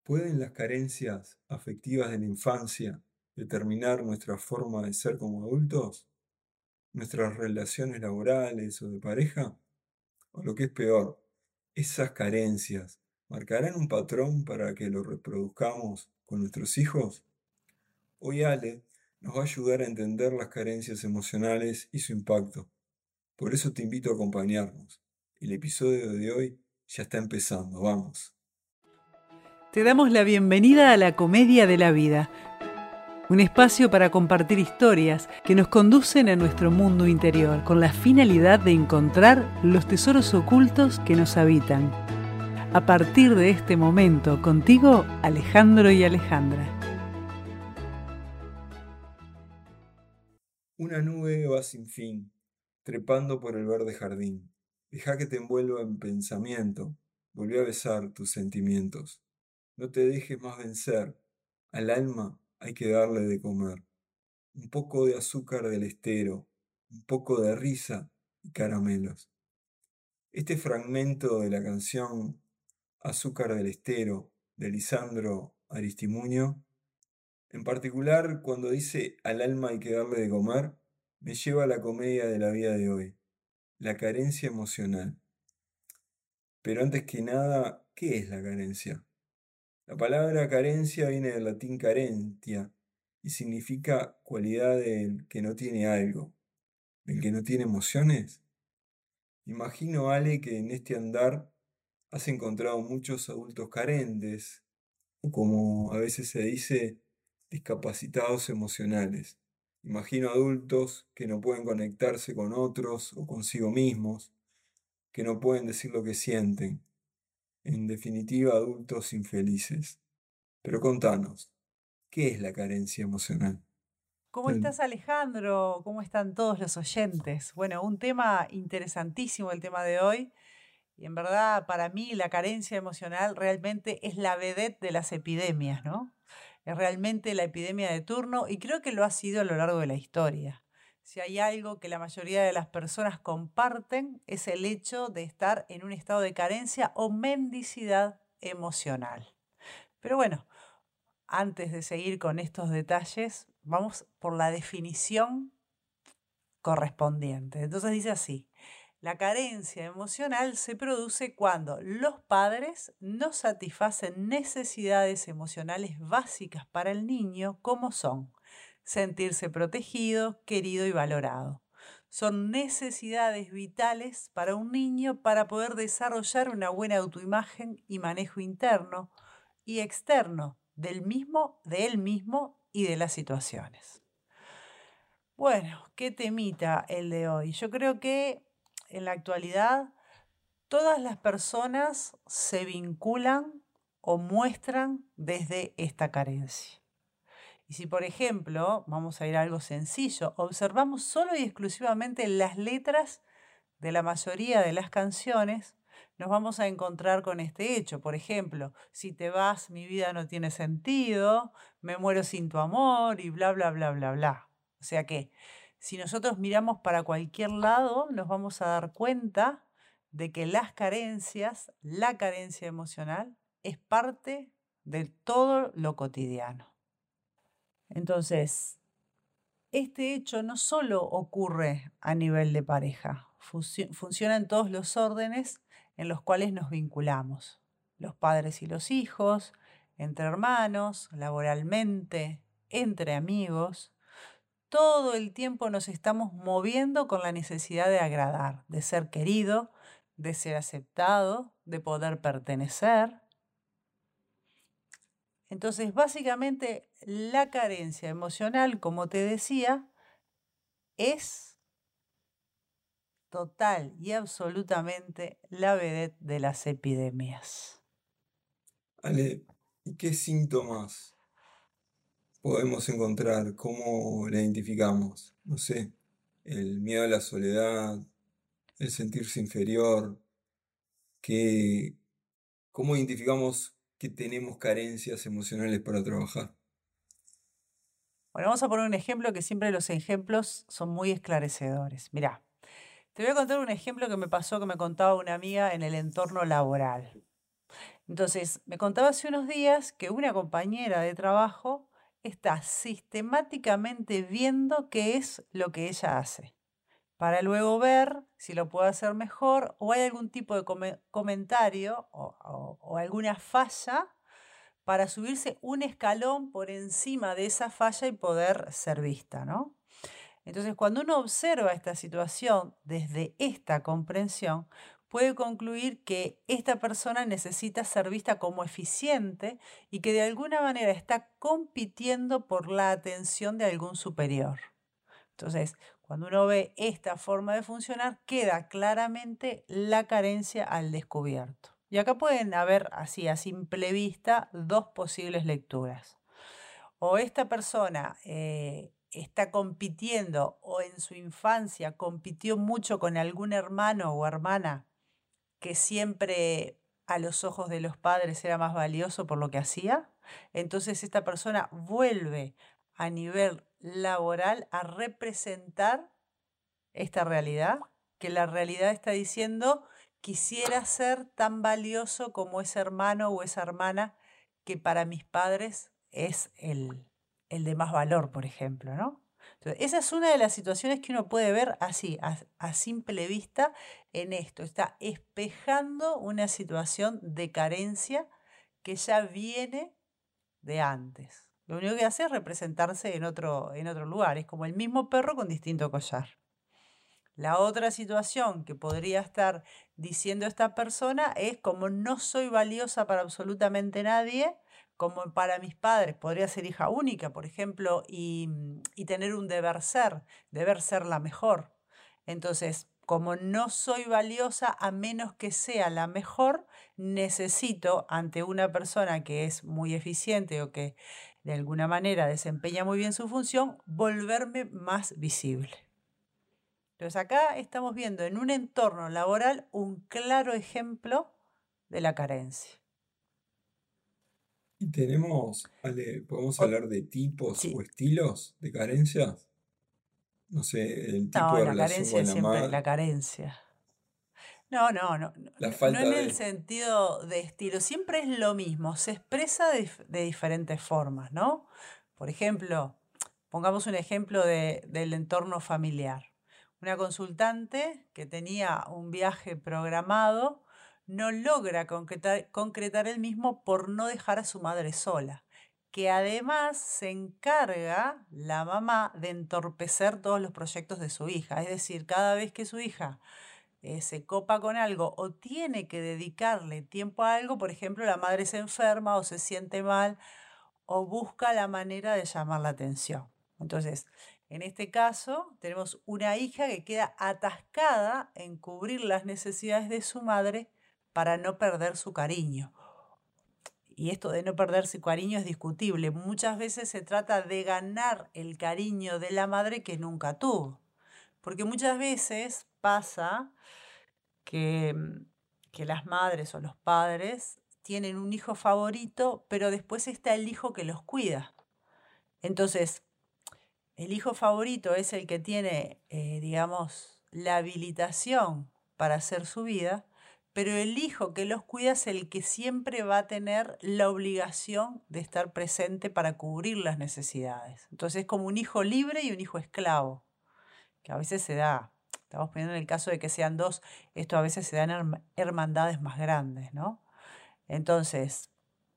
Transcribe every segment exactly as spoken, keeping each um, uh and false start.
¿Pueden las carencias afectivas de la infancia determinar nuestra forma de ser como adultos? ¿Nuestras relaciones laborales o de pareja? O lo que es peor, ¿esas carencias marcarán un patrón para que lo reproduzcamos con nuestros hijos? Hoy Ale nos va a ayudar a entender las carencias emocionales y su impacto. Por eso te invito a acompañarnos. El episodio de hoy ya está empezando, vamos. Te damos la bienvenida a la Comedia de la Vida, un espacio para compartir historias que nos conducen a nuestro mundo interior con la finalidad de encontrar los tesoros ocultos que nos habitan. A partir de este momento, contigo, Alejandro y Alejandra. Una nube va sin fin, trepando por el verde jardín. Deja que te envuelva en pensamiento, volví a besar tus sentimientos. No te dejes más vencer, al alma hay que darle de comer. Un poco de azúcar del estero, un poco de risa y caramelos. Este fragmento de la canción Azúcar del Estero de Lisandro Aristimuño, en particular cuando dice al alma hay que darle de comer, me lleva a la comedia de la vida de hoy, la carencia emocional. Pero antes que nada, ¿qué es la carencia? La palabra carencia viene del latín carentia y significa cualidad del que no tiene algo, del que no tiene emociones. Imagino, Ale, que en este andar has encontrado muchos adultos carentes, o como a veces se dice, discapacitados emocionales. Imagino adultos que no pueden conectarse con otros o consigo mismos, que no pueden decir lo que sienten. En definitiva, adultos infelices. Pero contanos, ¿qué es la carencia emocional? ¿Cómo Dale. estás, Alejandro? ¿Cómo están todos los oyentes? Bueno, un tema interesantísimo el tema de hoy. Y en verdad, para mí, la carencia emocional realmente es la vedette de las epidemias, ¿no? Es realmente la epidemia de turno y creo que lo ha sido a lo largo de la historia. Si hay algo que la mayoría de las personas comparten es el hecho de estar en un estado de carencia o mendicidad emocional. Pero bueno, antes de seguir con estos detalles, vamos por la definición correspondiente. Entonces dice así: la carencia emocional se produce cuando los padres no satisfacen necesidades emocionales básicas para el niño, como son sentirse protegido, querido y valorado. Son necesidades vitales para un niño para poder desarrollar una buena autoimagen y manejo interno y externo del mismo, de él mismo y de las situaciones. Bueno, qué temita el de hoy. Yo creo que en la actualidad todas las personas se vinculan o muestran desde esta carencia. Y si, por ejemplo, vamos a ir a algo sencillo, observamos solo y exclusivamente las letras de la mayoría de las canciones, nos vamos a encontrar con este hecho. Por ejemplo, si te vas, mi vida no tiene sentido, me muero sin tu amor y bla, bla, bla, bla, bla. O sea que si nosotros miramos para cualquier lado, nos vamos a dar cuenta de que las carencias, la carencia emocional, es parte de todo lo cotidiano. Entonces, este hecho no solo ocurre a nivel de pareja, funci- funciona en todos los órdenes en los cuales nos vinculamos, los padres y los hijos, entre hermanos, laboralmente, entre amigos. Todo el tiempo nos estamos moviendo con la necesidad de agradar, de ser querido, de ser aceptado, de poder pertenecer. Entonces, básicamente, la carencia emocional, como te decía, es total y absolutamente la vedette de las epidemias. Ale, ¿y qué síntomas podemos encontrar? ¿Cómo la identificamos? No sé, el miedo a la soledad, el sentirse inferior, que, ¿cómo identificamos que tenemos carencias emocionales para trabajar? Bueno, vamos a poner un ejemplo que siempre los ejemplos son muy esclarecedores. Mirá, te voy a contar un ejemplo que me pasó, que me contaba una amiga en el entorno laboral. Entonces, me contaba hace unos días que una compañera de trabajo está sistemáticamente viendo qué es lo que ella hace, para luego ver si lo puede hacer mejor o hay algún tipo de come- comentario o, o- o alguna falla para subirse un escalón por encima de esa falla y poder ser vista, ¿no? Entonces, cuando uno observa esta situación desde esta comprensión, puede concluir que esta persona necesita ser vista como eficiente y que de alguna manera está compitiendo por la atención de algún superior. Entonces, cuando uno ve esta forma de funcionar, queda claramente la carencia al descubierto. Y acá pueden haber, así a simple vista, dos posibles lecturas. O esta persona eh, está compitiendo o en su infancia compitió mucho con algún hermano o hermana que siempre a los ojos de los padres era más valioso por lo que hacía. Entonces esta persona vuelve a nivel laboral a representar esta realidad, que la realidad está diciendo, quisiera ser tan valioso como ese hermano o esa hermana que para mis padres es el, el de más valor, por ejemplo, ¿no? Entonces, esa es una de las situaciones que uno puede ver así, a, a simple vista, en esto. Está espejando una situación de carencia que ya viene de antes. Lo único que hace es representarse en otro, en otro lugar. Es como el mismo perro con distinto collar. La otra situación que podría estar diciendo esta persona es como no soy valiosa para absolutamente nadie, como para mis padres, podría ser hija única, por ejemplo, y, mm, y tener un deber ser, deber ser la mejor. Entonces, como no soy valiosa a menos que sea la mejor, necesito ante una persona que es muy eficiente o que de alguna manera desempeña muy bien su función, volverme más visible. Entonces acá estamos viendo en un entorno laboral un claro ejemplo de la carencia. Y tenemos, Ale, podemos O- hablar de tipos o sí, estilos de carencias. No sé, el tipo no, de la relación carencia con es la siempre madre, la carencia. No, no, no, no, la no no en falta el de... sentido de estilo, siempre es lo mismo, se expresa de, dif- de diferentes formas, ¿no? Por ejemplo, pongamos un ejemplo de- del entorno familiar. Una consultante que tenía un viaje programado no logra concretar, concretar el mismo por no dejar a su madre sola, que además se encarga la mamá de entorpecer todos los proyectos de su hija. Es decir, cada vez que su hija eh, se copa con algo o tiene que dedicarle tiempo a algo, por ejemplo, la madre se enferma o se siente mal o busca la manera de llamar la atención. Entonces, en este caso, tenemos una hija que queda atascada en cubrir las necesidades de su madre para no perder su cariño. Y esto de no perder su cariño es discutible. Muchas veces se trata de ganar el cariño de la madre que nunca tuvo. Porque muchas veces pasa que, mm, que las madres o los padres tienen un hijo favorito, pero después está el hijo que los cuida. Entonces, el hijo favorito es el que tiene, eh, digamos, la habilitación para hacer su vida, pero el hijo que los cuida es el que siempre va a tener la obligación de estar presente para cubrir las necesidades. Entonces es como un hijo libre y un hijo esclavo, que a veces se da, estamos poniendo en el caso de que sean dos, esto a veces se dan herma- hermandades más grandes, ¿no? Entonces,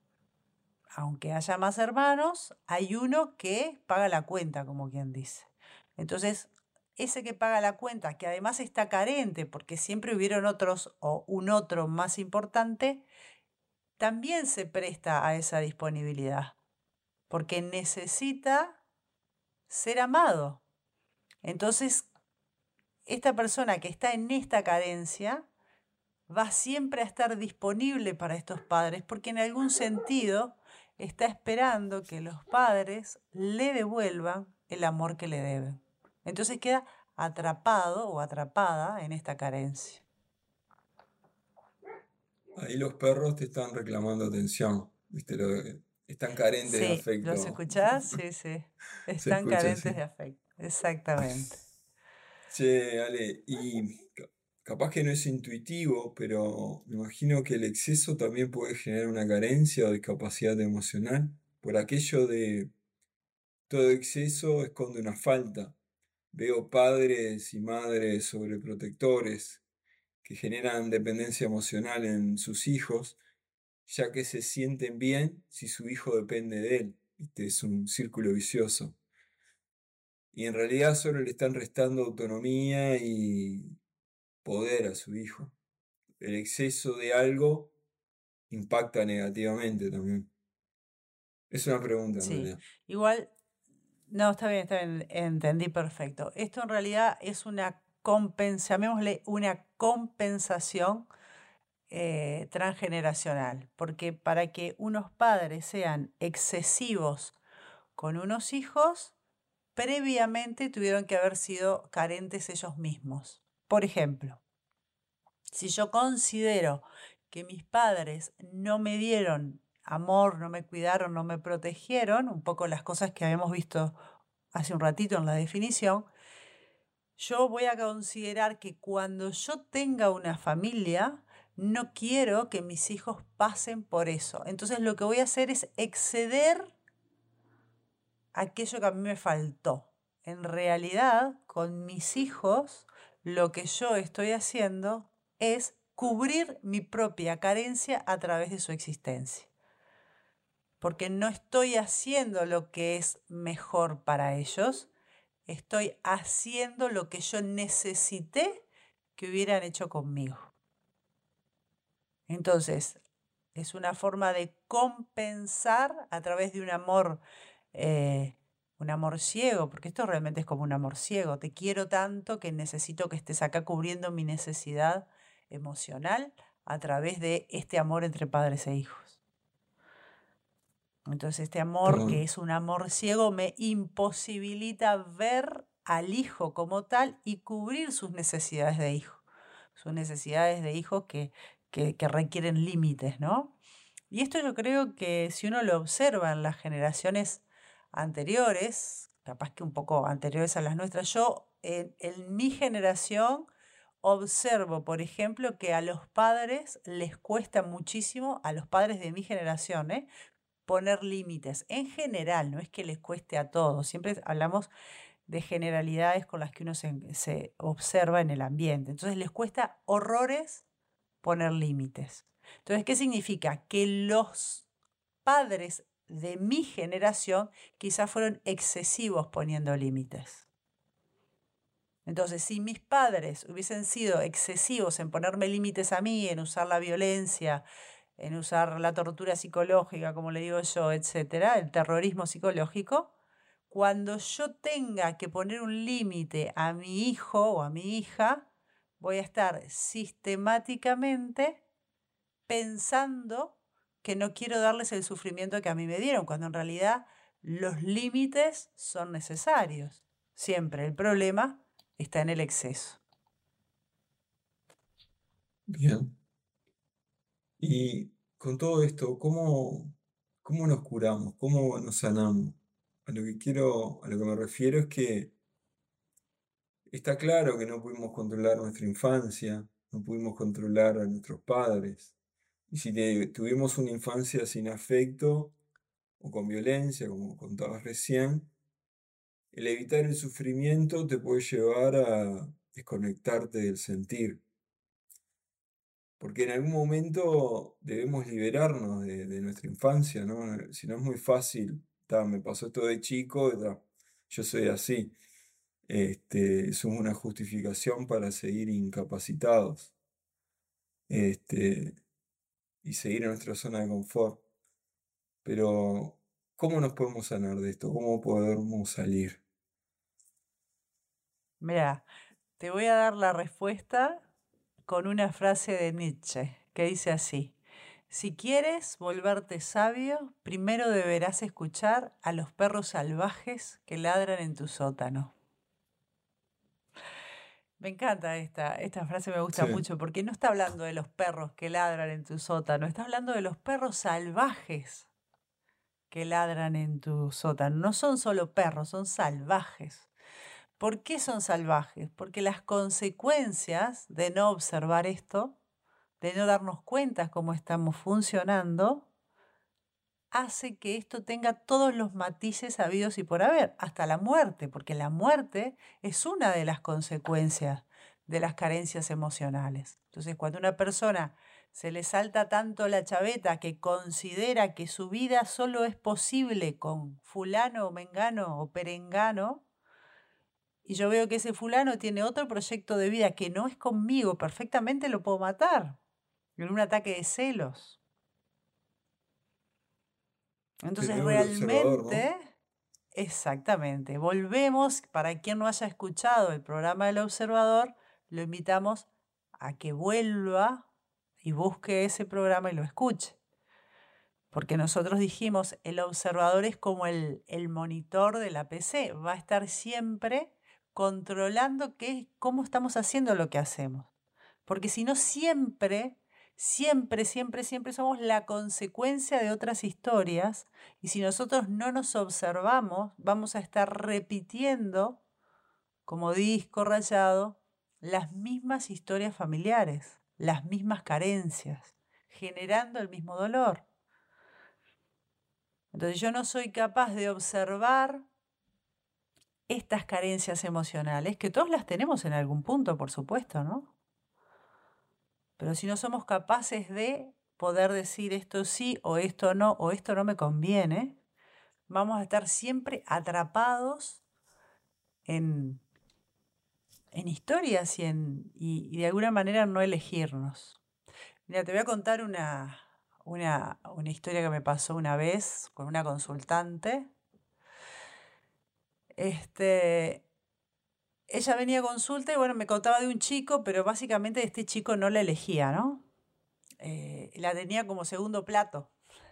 aunque haya más hermanos, hay uno que paga la cuenta, como quien dice. Entonces, ese que paga la cuenta, que además está carente porque siempre hubieron otros o un otro más importante, también se presta a esa disponibilidad, porque necesita ser amado. Entonces, esta persona que está en esta carencia va siempre a estar disponible para estos padres porque en algún sentido está esperando que los padres le devuelvan el amor que le deben. Entonces queda atrapado o atrapada en esta carencia. Ahí los perros te están reclamando atención, ¿viste? Lo de- están carentes de Sí, ¿los afecto. escuchás? Sí, sí. Se Están escucha carentes así. de afecto. Exactamente. Che, Ale, y ca- Capaz que no es intuitivo, pero me imagino que el exceso también puede generar una carencia o discapacidad emocional, por aquello de todo exceso esconde una falta. Veo padres y madres sobreprotectores que generan dependencia emocional en sus hijos, ya que se sienten bien si su hijo depende de él. Este es un círculo vicioso. Y en realidad solo le están restando autonomía y poder a su hijo. El exceso de algo impacta negativamente también. Es una pregunta en Sí, realidad. igual, no, está bien, está bien, entendí perfecto. Esto en realidad es una compensa, llamémosle una compensación eh, transgeneracional, porque para que unos padres sean excesivos con unos hijos, previamente tuvieron que haber sido carentes ellos mismos. Por ejemplo, si yo considero que mis padres no me dieron amor, no me cuidaron, no me protegieron, un poco las cosas que habíamos visto hace un ratito en la definición, yo voy a considerar que cuando yo tenga una familia, no quiero que mis hijos pasen por eso. Entonces lo que voy a hacer es exceder aquello que a mí me faltó. En realidad, con mis hijos, lo que yo estoy haciendo es cubrir mi propia carencia a través de su existencia. Porque no estoy haciendo lo que es mejor para ellos, estoy haciendo lo que yo necesité que hubieran hecho conmigo. Entonces, es una forma de compensar a través de un amor, eh, un amor ciego, porque esto realmente es como un amor ciego. Te quiero tanto que necesito que estés acá cubriendo mi necesidad emocional a través de este amor entre padres e hijos. Entonces, este amor, que Perdón. es un amor ciego, me imposibilita ver al hijo como tal y cubrir sus necesidades de hijo, sus necesidades de hijo que, que, que requieren límites, ¿no? Y esto yo creo que si uno lo observa en las generaciones anteriores, capaz que un poco anteriores a las nuestras, yo en, en mi generación observo, por ejemplo, que a los padres les cuesta muchísimo, a los padres de mi generación, ¿eh? poner límites. En general, no es que les cueste a todos, siempre hablamos de generalidades con las que uno se, se observa en el ambiente. Entonces les cuesta horrores poner límites. Entonces, ¿qué significa? Que los padres de mi generación quizás fueron excesivos poniendo límites. Entonces, si mis padres hubiesen sido excesivos en ponerme límites a mí, en usar la violencia, en usar la tortura psicológica, como le digo yo, etcétera, el terrorismo psicológico, cuando yo tenga que poner un límite a mi hijo o a mi hija, voy a estar sistemáticamente pensando que no quiero darles el sufrimiento que a mí me dieron, cuando en realidad los límites son necesarios. Siempre el problema está en el exceso. Bien. Y con todo esto, ¿cómo, cómo nos curamos? ¿Cómo nos sanamos? A lo que quiero, a lo que me refiero es que está claro que no pudimos controlar nuestra infancia, no pudimos controlar a nuestros padres. Y si te- tuvimos una infancia sin afecto o con violencia, como contabas recién, el evitar el sufrimiento te puede llevar a desconectarte del sentir. Porque en algún momento debemos liberarnos de, de nuestra infancia, ¿no? Si no es muy fácil, "Ta, me pasó esto de chico, ta, yo soy así". Este, es una justificación para seguir incapacitados, este, y seguir en nuestra zona de confort. Pero, ¿cómo nos podemos sanar de esto? ¿Cómo podemos salir? Mira, te voy a dar la respuesta con una frase de Nietzsche que dice así: si quieres volverte sabio, primero deberás escuchar a los perros salvajes que ladran en tu sótano. Me encanta esta, esta frase, me gusta Sí, mucho porque no está hablando de los perros que ladran en tu sótano, está hablando de los perros salvajes que ladran en tu sótano. No son solo perros, son salvajes. ¿Por qué son salvajes? Porque las consecuencias de no observar esto, de no darnos cuenta cómo estamos funcionando, hace que esto tenga todos los matices habidos y por haber, hasta la muerte, porque la muerte es una de las consecuencias de las carencias emocionales. Entonces, cuando una persona se le salta tanto la chaveta que considera que su vida solo es posible con fulano o mengano o perengano, y yo veo que ese fulano tiene otro proyecto de vida que no es conmigo, perfectamente lo puedo matar en un ataque de celos. Entonces, Tenemos el observador, ¿no? realmente, exactamente, volvemos, para quien no haya escuchado el programa del observador, lo invitamos a que vuelva y busque ese programa y lo escuche. Porque nosotros dijimos, el observador es como el, el monitor de la P C, va a estar siempre controlando qué, cómo estamos haciendo lo que hacemos. Porque si no, siempre, siempre, siempre, siempre somos la consecuencia de otras historias. Y si nosotros no nos observamos, vamos a estar repitiendo, como disco rayado, las mismas historias familiares, las mismas carencias, generando el mismo dolor. Entonces yo no soy capaz de observar estas carencias emocionales, que todos las tenemos en algún punto, por supuesto, ¿no? Pero si no somos capaces de poder decir esto sí o esto no o esto no me conviene, vamos a estar siempre atrapados en, en historias y, en, y, y de alguna manera no elegirnos. Mira, te voy a contar una, una, una historia que me pasó una vez con una consultante. Este, ella venía a consulta y bueno, me contaba de un chico, pero básicamente este chico no la elegía, ¿no? Eh, la tenía como segundo plato.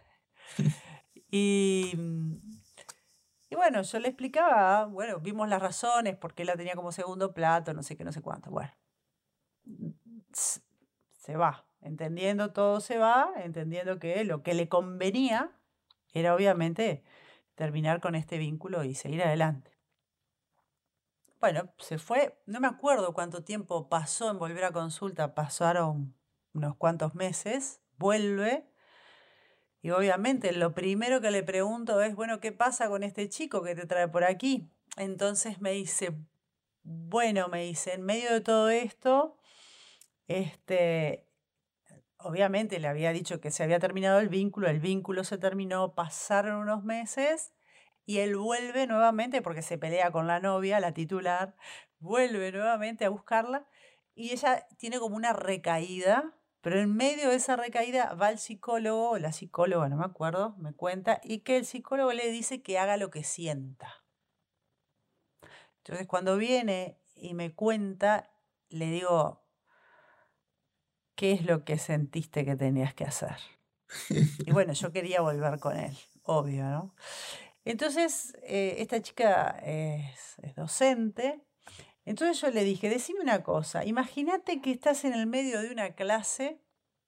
Y, mm, y bueno, yo le explicaba, bueno, vimos las razones, por qué la tenía como segundo plato, no sé qué, no sé cuánto. Bueno, s- se va, entendiendo todo se va, entendiendo que lo que le convenía era obviamente terminar con este vínculo y seguir adelante. Bueno, se fue, no me acuerdo cuánto tiempo pasó en volver a consulta, pasaron unos cuantos meses, vuelve. Y obviamente lo primero que le pregunto es, bueno, ¿qué pasa con este chico que te trae por aquí? Entonces me dice, bueno, me dice, en medio de todo esto, este, obviamente le había dicho que se había terminado el vínculo, el vínculo se terminó, pasaron unos meses y él vuelve nuevamente porque se pelea con la novia, la titular, vuelve nuevamente a buscarla y ella tiene como una recaída, pero en medio de esa recaída va el psicólogo, o la psicóloga, no me acuerdo, me cuenta, y que el psicólogo le dice que haga lo que sienta. Entonces cuando viene y me cuenta, le digo, ¿qué es lo que sentiste que tenías que hacer? Y bueno, yo quería volver con él, obvio, ¿no? Entonces, eh, esta chica es, es docente. Entonces yo le dije, decime una cosa, imagínate que estás en el medio de una clase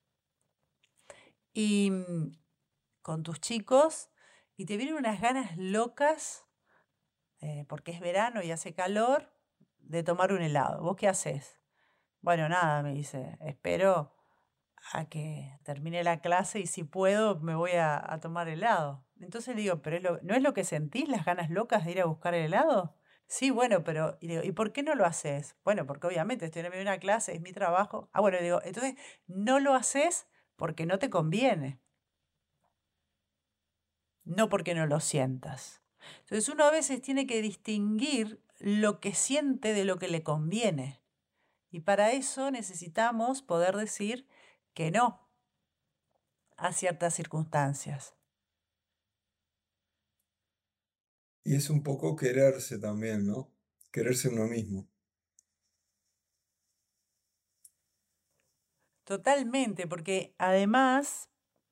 y mm, con tus chicos y te vienen unas ganas locas, eh, porque es verano y hace calor, de tomar un helado. ¿Vos qué haces? Bueno, nada, me dice, espero a que termine la clase y si puedo me voy a, a tomar helado. Entonces le digo, ¿pero es lo- no es lo que sentís, las ganas locas de ir a buscar el helado? Sí, bueno, pero, y digo, ¿y por qué no lo haces? Bueno, porque obviamente estoy en el medio de una clase, es mi trabajo. Ah, bueno, digo, entonces no lo haces porque no te conviene, no porque no lo sientas. Entonces uno a veces tiene que distinguir lo que siente de lo que le conviene. Y para eso necesitamos poder decir que no a ciertas circunstancias. Y es un poco quererse también, ¿no? Quererse uno mismo. Totalmente, porque además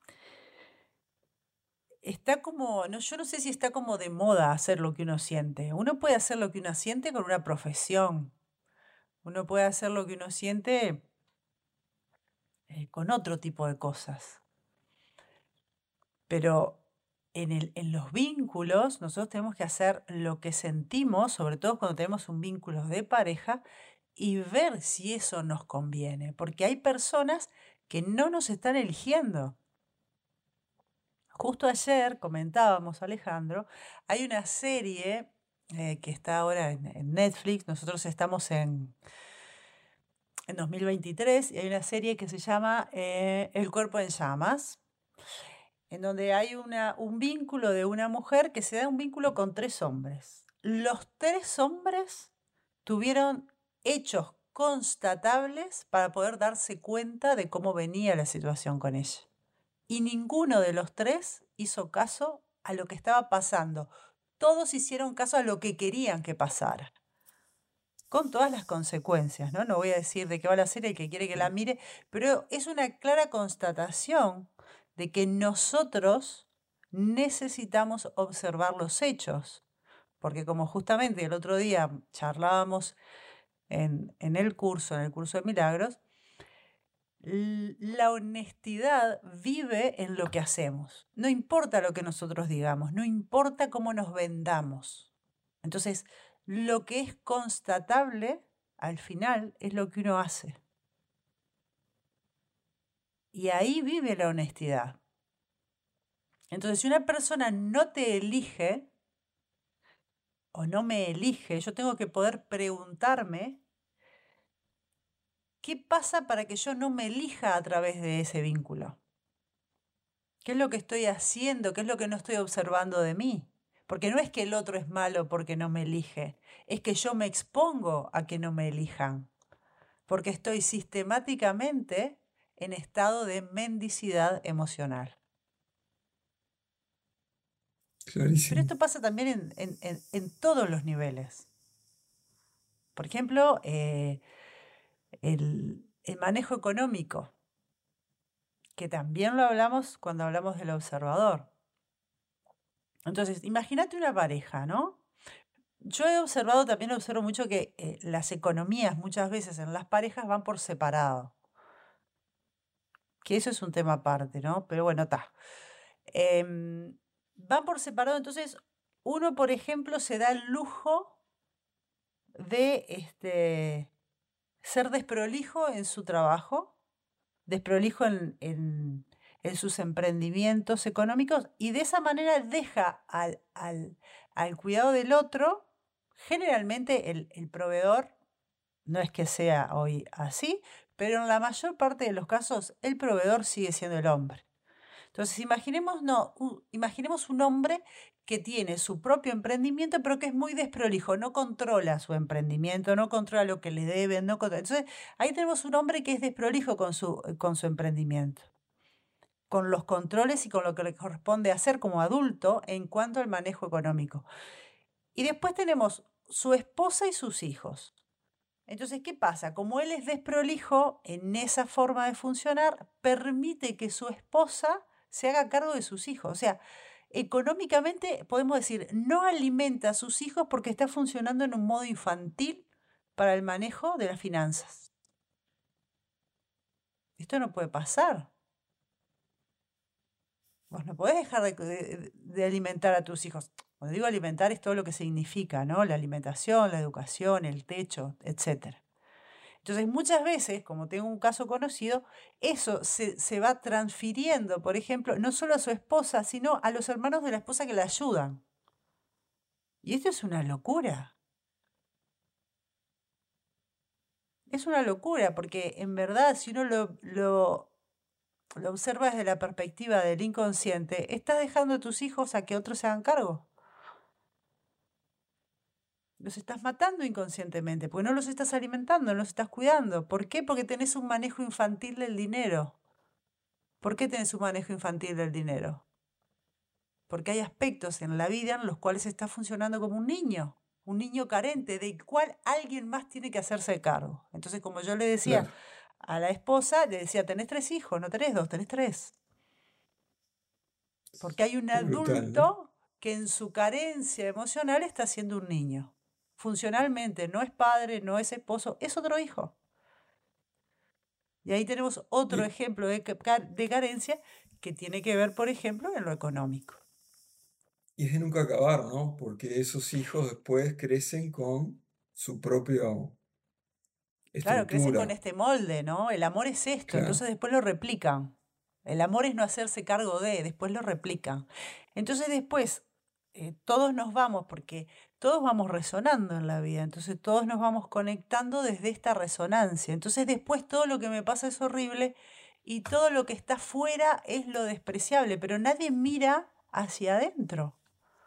está como, no, yo no sé si está como de moda hacer lo que uno siente. Uno puede hacer lo que uno siente con una profesión. Uno puede hacer lo que uno siente eh, con otro tipo de cosas. Pero en, el, en los vínculos, nosotros tenemos que hacer lo que sentimos, sobre todo cuando tenemos un vínculo de pareja, y ver si eso nos conviene, porque hay personas que no nos están eligiendo. Justo ayer comentábamos, Alejandro, hay una serie eh, que está ahora en, en Netflix, nosotros estamos en, en dos mil veintitrés, y hay una serie que se llama eh, El cuerpo en llamas, en donde hay una, un vínculo de una mujer que se da un vínculo con tres hombres. Los tres hombres tuvieron hechos constatables para poder darse cuenta de cómo venía la situación con ella. Y ninguno de los tres hizo caso a lo que estaba pasando. Todos hicieron caso a lo que querían que pasara. Con todas las consecuencias, ¿no? No voy a decir de qué va la serie, el que quiere que la mire, pero es una clara constatación de que nosotros necesitamos observar los hechos. Porque como justamente el otro día charlábamos en, en el curso, en el curso de milagros, la honestidad vive en lo que hacemos. No importa lo que nosotros digamos, no importa cómo nos vendamos. Entonces, lo que es constatable, al final, es lo que uno hace. Y ahí vive la honestidad. Entonces, si una persona no te elige o no me elige, yo tengo que poder preguntarme qué pasa para que yo no me elija a través de ese vínculo. ¿Qué es lo que estoy haciendo? ¿Qué es lo que no estoy observando de mí? Porque no es que el otro es malo porque no me elige, es que yo me expongo a que no me elijan, porque estoy sistemáticamente en estado de mendicidad emocional. Clarísimo. Pero esto pasa también en, en, en, en todos los niveles. Por ejemplo, eh, el, el manejo económico, que también lo hablamos cuando hablamos del observador. Entonces, imagínate una pareja, ¿no? Yo he observado, también observo mucho que eh, las economías muchas veces en las parejas van por separado. Que eso es un tema aparte, ¿no? Pero bueno, está. Eh, van por separado, entonces uno, por ejemplo, se da el lujo de este, ser desprolijo en su trabajo, desprolijo en, en, en sus emprendimientos económicos, y de esa manera deja al, al, al cuidado del otro. Generalmente el, el proveedor, no es que sea hoy así, pero en la mayor parte de los casos el proveedor sigue siendo el hombre. Entonces imaginemos, no, un, imaginemos un hombre que tiene su propio emprendimiento, pero que es muy desprolijo, no controla su emprendimiento, no controla lo que le deben, no controla. Entonces ahí tenemos un hombre que es desprolijo con su, con su emprendimiento, con los controles y con lo que le corresponde hacer como adulto en cuanto al manejo económico. Y después tenemos su esposa y sus hijos. Entonces, ¿qué pasa? Como él es desprolijo en esa forma de funcionar, permite que su esposa se haga cargo de sus hijos. O sea, económicamente podemos decir, no alimenta a sus hijos porque está funcionando en un modo infantil para el manejo de las finanzas. Esto no puede pasar. Vos no podés dejar de, de, de alimentar a tus hijos. Cuando digo alimentar es todo lo que significa, ¿no? La alimentación, la educación, el techo, etcétera. Entonces, muchas veces, como tengo un caso conocido, eso se, se va transfiriendo, por ejemplo, no solo a su esposa, sino a los hermanos de la esposa que la ayudan. Y esto es una locura. Es una locura, porque en verdad, si uno lo, lo, lo observa desde la perspectiva del inconsciente, estás dejando a tus hijos a que otros se hagan cargo. Los estás matando inconscientemente, porque no los estás alimentando, no los estás cuidando. ¿Por qué? Porque tenés un manejo infantil del dinero. ¿Por qué tenés un manejo infantil del dinero? Porque hay aspectos en la vida en los cuales está funcionando como un niño, un niño carente, del cual alguien más tiene que hacerse cargo. Entonces, como yo le decía Claro. a la esposa, le decía, tenés tres hijos, no tenés dos, tenés tres. Porque hay un Qué brutal, ¿no? adulto que en su carencia emocional está siendo un niño. Funcionalmente no es padre, no es esposo, es otro hijo. Y ahí tenemos otro Y, ejemplo de, de carencia que tiene que ver, por ejemplo, en lo económico. Y es de nunca acabar, ¿no? Porque esos hijos después crecen con su propia Claro, crecen con estructura. este molde, ¿no? El amor es esto, Claro. entonces después lo replican. El amor es no hacerse cargo de, después lo replican. Entonces después eh, todos nos vamos, porque todos vamos resonando en la vida, entonces todos nos vamos conectando desde esta resonancia. Entonces después todo lo que me pasa es horrible y todo lo que está fuera es lo despreciable, pero nadie mira hacia adentro.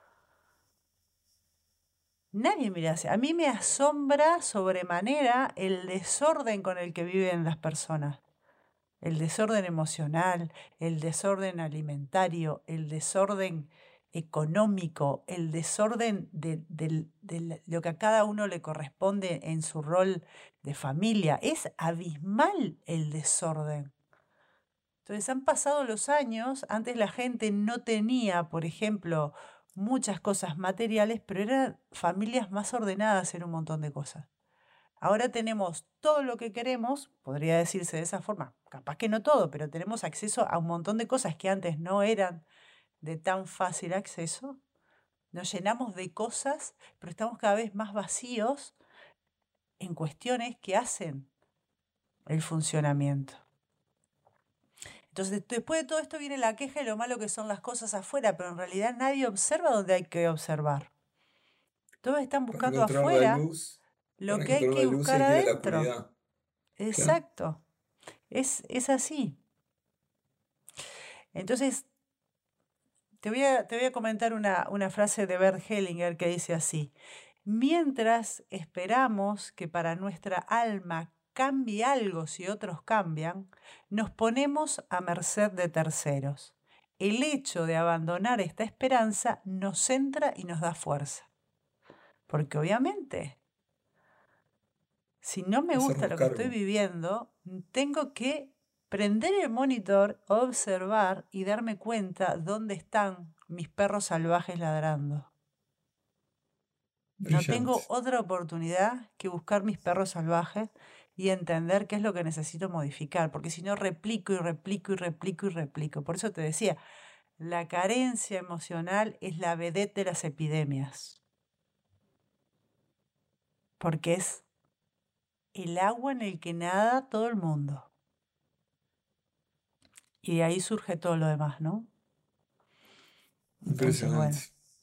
Nadie mira hacia. A mí me asombra sobremanera el desorden con el que viven las personas. El desorden emocional, el desorden alimentario, el desorden económico, el desorden de, del- de lo que a cada uno le corresponde en su rol de familia. Es abismal el desorden. Entonces han pasado los años, antes la gente no tenía, por ejemplo, muchas cosas materiales, pero eran familias más ordenadas en un montón de cosas. Ahora tenemos todo lo que queremos, podría decirse de esa forma, capaz que no todo, pero tenemos acceso a un montón de cosas que antes no eran de tan fácil acceso. Nos llenamos de cosas, pero estamos cada vez más vacíos en cuestiones que hacen el funcionamiento. Entonces, después de todo esto viene la queja y lo malo que son las cosas afuera, pero en realidad nadie observa donde hay que observar. Todos están Para buscando encontrar la afuera luz, lo para que hay encontrar la que luz buscar hay que ir a la adentro. oscuridad. Claro. Exacto. Es, es así. Entonces, te voy a, te voy a comentar una, una frase de Bert Hellinger que dice así: mientras esperamos que para nuestra alma cambie algo si otros cambian, nos ponemos a merced de terceros. El hecho de abandonar esta esperanza nos centra y nos da fuerza. Porque obviamente, si no me gusta Hacernos lo que estoy cargo. viviendo, tengo que prender el monitor, observar y darme cuenta dónde están mis perros salvajes ladrando. No tengo Brillante. otra oportunidad que buscar mis perros salvajes y entender qué es lo que necesito modificar, porque si no replico y replico y replico y replico. Por eso te decía, la carencia emocional es la vedette de las epidemias, porque es el agua en el que nada todo el mundo. Y de ahí surge todo lo demás, ¿no? Entonces, Impresionante. bueno,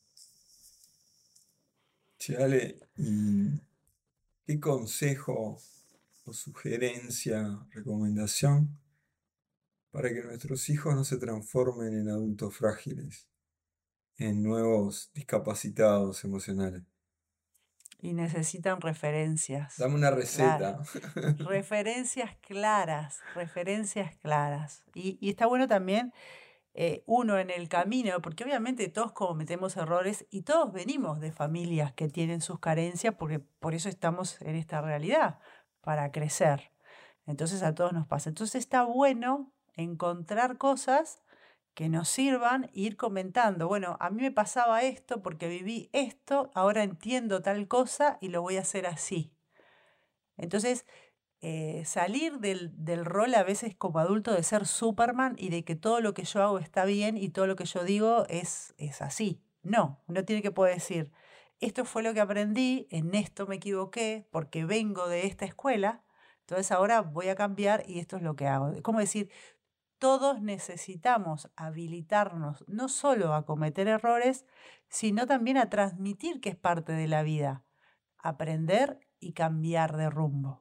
Che, Ale, ¿y qué consejo o sugerencia, recomendación para que nuestros hijos no se transformen en adultos frágiles, en nuevos discapacitados emocionales? y necesitan referencias, Dame una claro. receta. Referencias claras, referencias claras. Y, y está bueno también eh, uno en el camino, porque obviamente todos cometemos errores y todos venimos de familias que tienen sus carencias, porque por eso estamos en esta realidad, para crecer. Entonces a todos nos pasa. Entonces está bueno encontrar cosas que nos sirvan e ir comentando. Bueno, a mí me pasaba esto porque viví esto, ahora entiendo tal cosa y lo voy a hacer así. Entonces, eh, salir del, del rol a veces como adulto de ser Superman y de que todo lo que yo hago está bien y todo lo que yo digo es, es así. No, uno tiene que poder decir, esto fue lo que aprendí, en esto me equivoqué porque vengo de esta escuela, entonces ahora voy a cambiar y esto es lo que hago. Es como decir, todos necesitamos habilitarnos no solo a cometer errores, sino también a transmitir que es parte de la vida, aprender y cambiar de rumbo.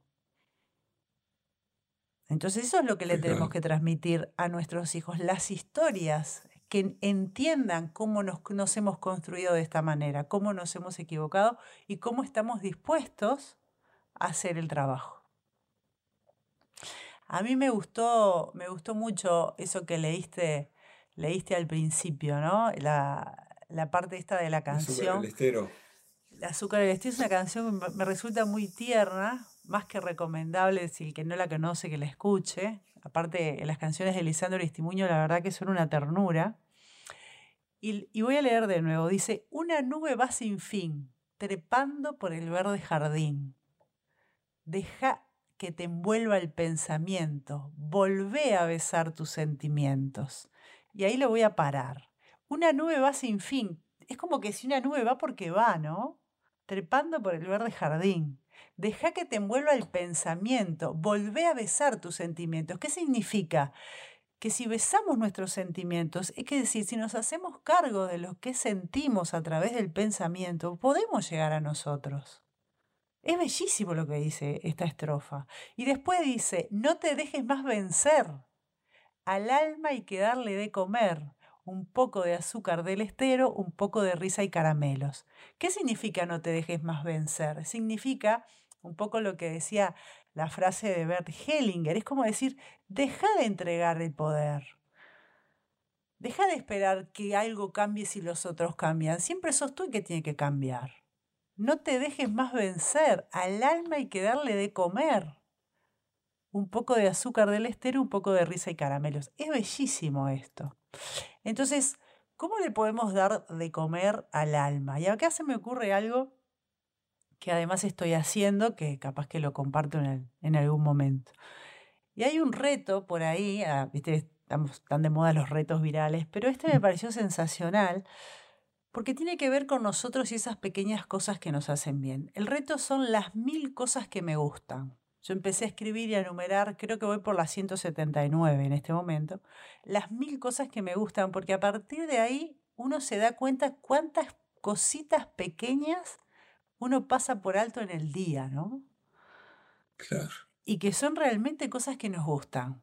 Entonces eso es lo que le Tal tenemos cual. que transmitir a nuestros hijos, las historias, que entiendan cómo nos, nos hemos construido de esta manera, cómo nos hemos equivocado y cómo estamos dispuestos a hacer el trabajo. A mí me gustó, me gustó mucho eso que leíste, leíste al principio, ¿no? La, la parte esta de la De azúcar del canción. estero. El Azúcar del Estilo es una canción que me me resulta muy tierna, más que recomendable si el que no la conoce que la escuche. Aparte, las canciones de Lisandro Aristimuño, la verdad que son una ternura. Y, y voy a leer de nuevo. Dice, una nube va sin fin, trepando por el verde jardín. Deja que te envuelva el pensamiento, volvé a besar tus sentimientos. Y ahí lo voy a parar. Una nube va sin fin. es como que si una nube va porque va, ¿no? Trepando por el verde jardín. Deja que te envuelva el pensamiento. Volvé a besar tus sentimientos. ¿Qué significa? Que si besamos nuestros sentimientos, es que decir, si nos hacemos cargo de lo que sentimos a través del pensamiento, podemos llegar a nosotros. Es bellísimo lo que dice esta estrofa. Y después dice, no te dejes más vencer. Al alma hay que darle de comer. Un poco de azúcar del estero, un poco de risa y caramelos. ¿Qué significa no te dejes más vencer? Significa un poco lo que decía la frase de Bert Hellinger. Es como decir, deja de entregar el poder. Deja de esperar que algo cambie si los otros cambian. Siempre sos tú el que tiene que cambiar. No te dejes más vencer. Al alma hay que darle de comer. Un poco de azúcar del estero, un poco de risa y caramelos. Es bellísimo esto. Entonces, ¿cómo le podemos dar de comer al alma? Y acá se me ocurre algo que además estoy haciendo, que capaz que lo comparto en, el, en algún momento. Y hay un reto por ahí, ah, ¿viste? Estamos tan de moda los retos virales, pero este me pareció sensacional porque tiene que ver con nosotros y esas pequeñas cosas que nos hacen bien. El reto son las mil cosas que me gustan. Yo empecé a escribir y a enumerar, creo que voy por las ciento setenta y nueve en este momento, las mil cosas que me gustan, porque a partir de ahí uno se da cuenta cuántas cositas pequeñas uno pasa por alto en el día, ¿no? Claro. Y que son realmente cosas que nos gustan.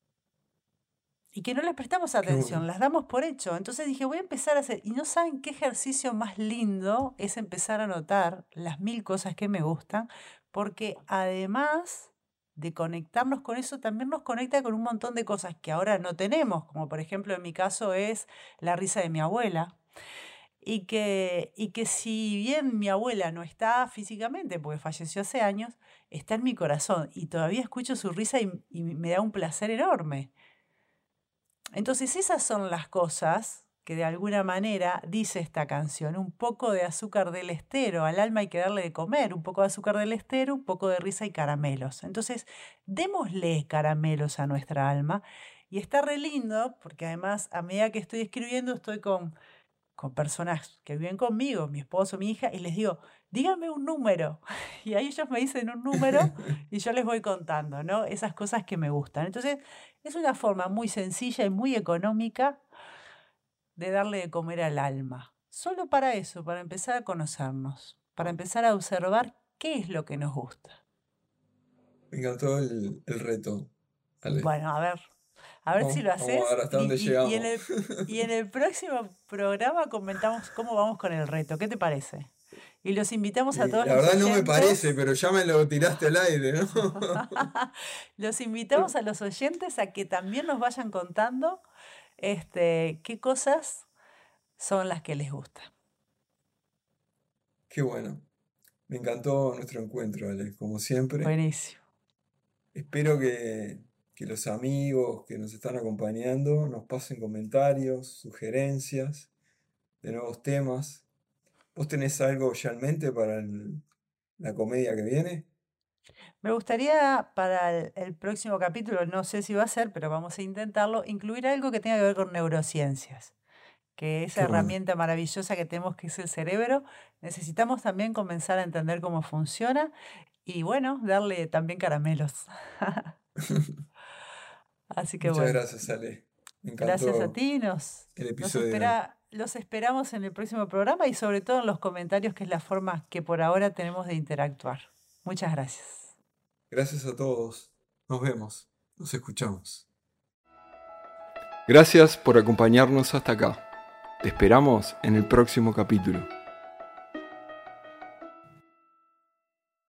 Y que no les prestamos atención, bueno. las damos por hecho. Entonces dije, voy a empezar a hacer, y no saben qué ejercicio más lindo es empezar a notar las mil cosas que me gustan, porque además de conectarnos con eso, también nos conecta con un montón de cosas que ahora no tenemos, como por ejemplo en mi caso es la risa de mi abuela. Y que, y que si bien mi abuela no está físicamente, porque falleció hace años, está en mi corazón y todavía escucho su risa y, y me da un placer enorme. Entonces esas son las cosas que de alguna manera dice esta canción. Un poco de azúcar del estero, al alma hay que darle de comer, un poco de azúcar del estero, un poco de risa y caramelos. Entonces démosle caramelos a nuestra alma y está re lindo porque además a medida que estoy escribiendo estoy con, con personas que viven conmigo, mi esposo, mi hija, y les digo, díganme un número. Y ahí ellos me dicen un número y yo les voy contando, ¿no? Esas cosas que me gustan. Entonces, es una forma muy sencilla y muy económica de darle de comer al alma. Solo para eso, para empezar a conocernos, para empezar a observar qué es lo que nos gusta. Me encantó el, el reto, Ale. Bueno, a ver, a ver vamos, si lo haces. Vamos a ver hasta y, dónde y, llegamos. Y en, el, y en el próximo programa comentamos cómo vamos con el reto. ¿Qué te parece? Y los invitamos a Y todos la los verdad oyentes. no me parece, pero ya me lo tiraste al aire, ¿no? Los invitamos a los oyentes a que también nos vayan contando este, qué cosas son las que les gustan. Qué bueno. Me encantó nuestro encuentro, Ale, como siempre. Buenísimo. Espero que, que los amigos que nos están acompañando nos pasen comentarios, sugerencias de nuevos temas. ¿Vos tenés algo ya en mente para el- la comedia que viene? Me gustaría para el, el próximo capítulo, no sé si va a ser, pero vamos a intentarlo, incluir algo que tenga que ver con neurociencias, que esa Qué bueno. herramienta maravillosa que tenemos que es el cerebro, necesitamos también comenzar a entender cómo funciona y bueno, darle también caramelos. Así que Muchas bueno, gracias, Ale. Me gracias a encantó ti, nos, el nos episodio de hoy. espera, los esperamos en el próximo programa y sobre todo en los comentarios, que es la forma que por ahora tenemos de interactuar. Muchas gracias. Gracias a todos. Nos vemos. Nos escuchamos. Gracias por acompañarnos hasta acá. Te esperamos en el próximo capítulo.